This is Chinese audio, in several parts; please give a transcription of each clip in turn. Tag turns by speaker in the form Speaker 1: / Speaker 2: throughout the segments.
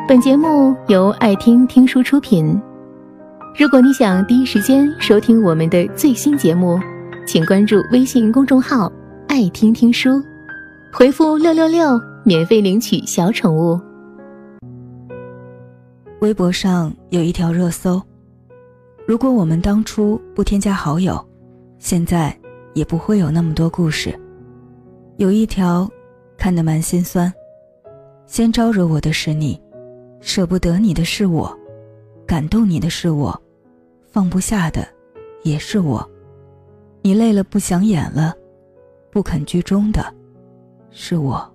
Speaker 1: 本节目由爱听听书出品。如果你想第一时间收听我们的最新节目，请关注微信公众号爱听听书，回复666免费领取小宠物。
Speaker 2: 微博上有一条热搜，如果我们当初不添加好友，现在也不会有那么多故事。有一条看得蛮心酸，先招惹我的是你，舍不得你的是我，感动你的是我，放不下的也是我，你累了不想演了，不肯居中的是我。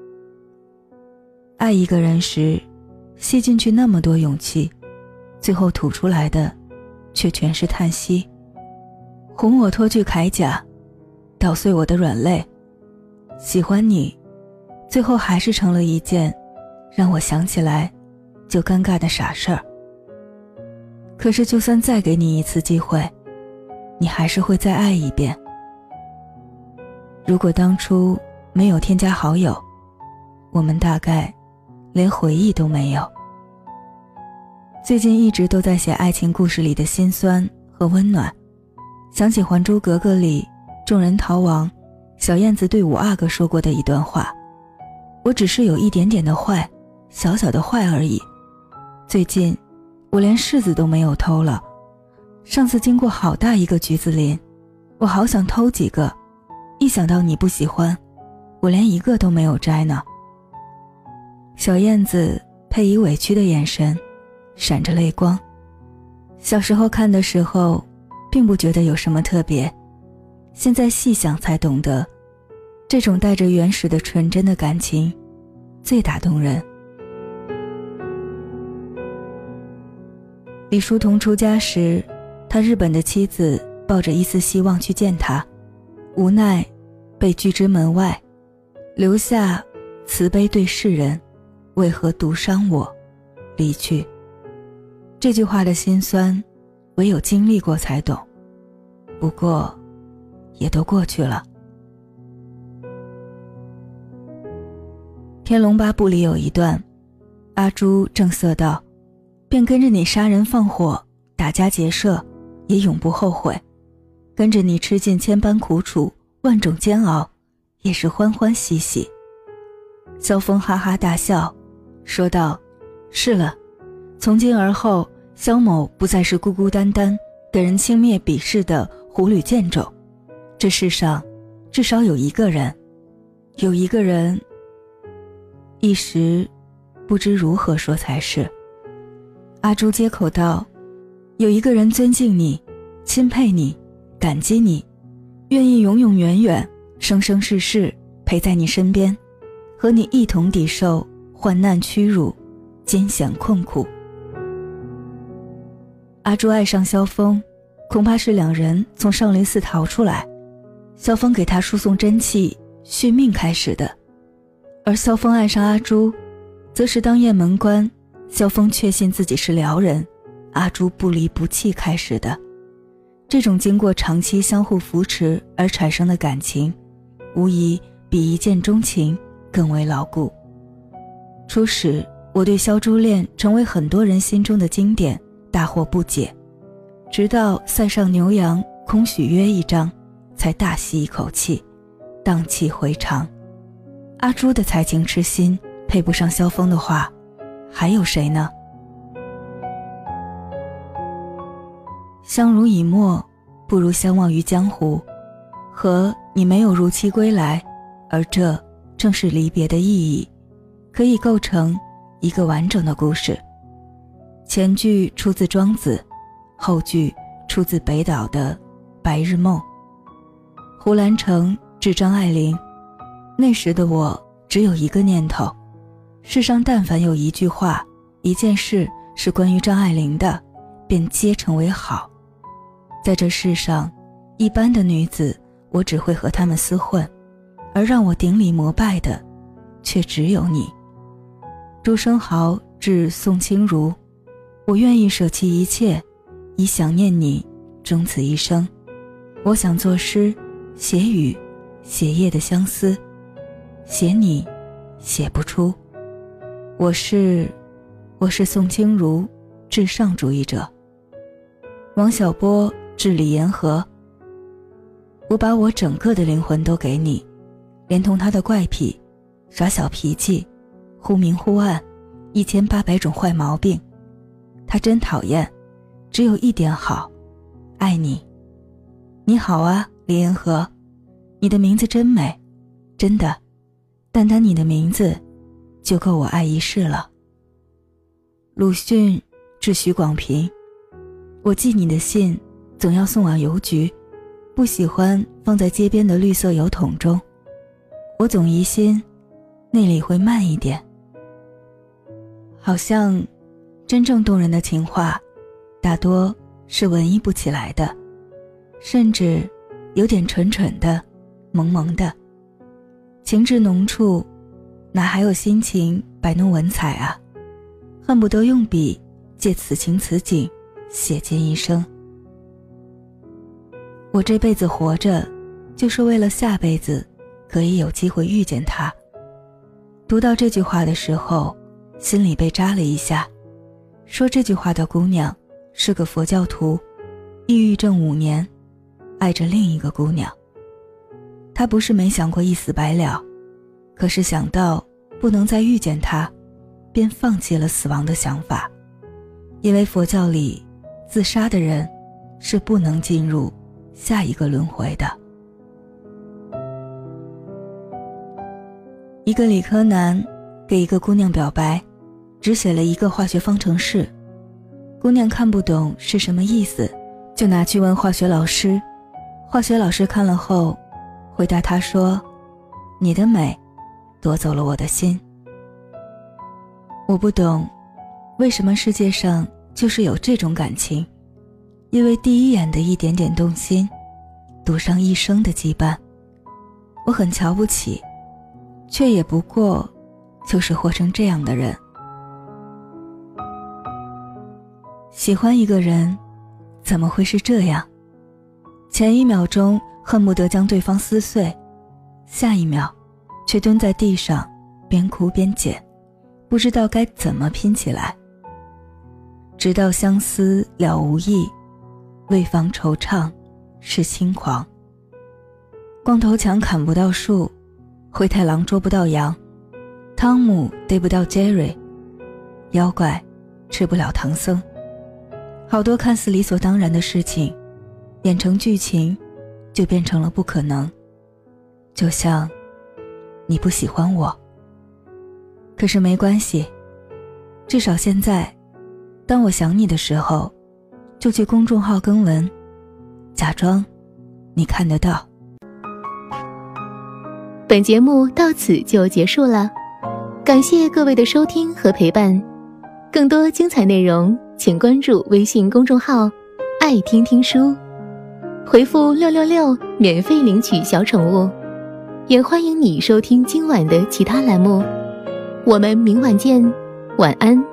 Speaker 2: 爱一个人时，吸进去那么多勇气，最后吐出来的却全是叹息。哄我脱去铠甲，捣碎我的软肋，喜欢你，最后还是成了一件让我想起来就尴尬的傻事儿。可是就算再给你一次机会，你还是会再爱一遍。如果当初没有添加好友，我们大概连回忆都没有。最近一直都在写爱情故事里的辛酸和温暖，想起《还珠格格》里众人逃亡，小燕子对五阿哥说过的一段话：我只是有一点点的坏，小小的坏而已。最近我连柿子都没有偷了，上次经过好大一个橘子林，我好想偷几个，一想到你不喜欢，我连一个都没有摘呢。小燕子配以委屈的眼神，闪着泪光。小时候看的时候并不觉得有什么特别，现在细想才懂得，这种带着原始的纯真的感情最打动人。李叔同出家时，他日本的妻子抱着一丝希望去见他，无奈被拒之门外，留下慈悲对世人，为何独伤我，离去。这句话的辛酸，唯有经历过才懂，不过也都过去了。天龙八部里有一段，阿朱正色道，便跟着你杀人放火，打家劫舍，也永不后悔，跟着你吃尽千般苦楚，万种煎熬，也是欢欢喜喜。萧峰哈哈大笑说道，是了，从今而后，萧某不再是孤孤单单给人轻蔑鄙视的狐狸贱种，这世上至少有一个人，一时不知如何说才是。阿朱接口道，有一个人尊敬你，钦佩你，感激你，愿意永永远远生生世世陪在你身边，和你一同抵受患难屈辱，艰险困苦。阿朱爱上萧峰，恐怕是两人从少林寺逃出来，萧峰给他输送真气续命开始的，而萧峰爱上阿朱，则是当雁门关，萧峰确信自己是辽人，阿朱不离不弃开始的。这种经过长期相互扶持而产生的感情，无疑比一见钟情更为牢固。初始我对萧朱恋成为很多人心中的经典大惑不解，直到塞上牛羊空许约一张，才大吸一口气，荡气回肠。阿朱的才情痴心配不上萧峰的话，还有谁呢？相濡以沫，不如相忘于江湖，和你没有如期归来，而这正是离别的意义，可以构成一个完整的故事。前句出自庄子，后句出自北岛的《白日梦》。胡兰成致张爱玲，那时的我只有一个念头，世上但凡有一句话，一件事是关于张爱玲的，便皆成为好。在这世上，一般的女子，我只会和她们厮混，而让我顶礼膜拜的，却只有你。朱生豪致宋清如，我愿意舍弃一切，以想念你，终此一生。我想作诗，写雨，写夜的相思，写你，写不出。我是我是宋清如，至上主义者。王小波，至理言和。我把我整个的灵魂都给你，连同他的怪癖、耍小脾气、忽明忽暗、1800种坏毛病。他真讨厌，只有一点好，爱你。你好啊，李言和，你的名字真美，真的，单单你的名字就够我爱一世了。鲁迅，致许广平。我寄你的信总要送往邮局，不喜欢放在街边的绿色邮筒中，我总疑心那里会慢一点。好像真正动人的情话大多是文艺不起来的，甚至有点蠢蠢的、萌萌的，情至浓处哪还有心情摆弄文采啊，恨不得用笔借此情此景写尽一生。我这辈子活着就是为了下辈子可以有机会遇见他。读到这句话的时候，心里被扎了一下。说这句话的姑娘是个佛教徒，抑郁症5年，爱着另一个姑娘。她不是没想过一死百了，可是想到不能再遇见她，便放弃了死亡的想法。因为佛教里自杀的人是不能进入下一个轮回的。一个理科男给一个姑娘表白，只写了一个化学方程式，姑娘看不懂是什么意思，就拿去问化学老师。化学老师看了后回答他说，你的美夺走了我的心。我不懂为什么世界上就是有这种感情，因为第一眼的一点点动心赌上一生的羁绊。我很瞧不起，却也不过就是活成这样的人。喜欢一个人怎么会是这样？前一秒钟恨不得将对方撕碎，下一秒却蹲在地上边哭边捡，不知道该怎么拼起来。直到相思了无益，为防惆怅是轻狂。光头强砍不到树，灰太狼捉不到羊，汤姆逮不到 Jerry， 妖怪吃不了唐僧。好多看似理所当然的事情，演成剧情就变成了不可能。就像你不喜欢我，可是没关系，至少现在当我想你的时候，就去公众号更文，假装你看得到。
Speaker 1: 本节目到此就结束了，感谢各位的收听和陪伴。更多精彩内容请关注微信公众号爱听听书，回复666免费领取小宠物。也欢迎你收听今晚的其他栏目，我们明晚见，晚安。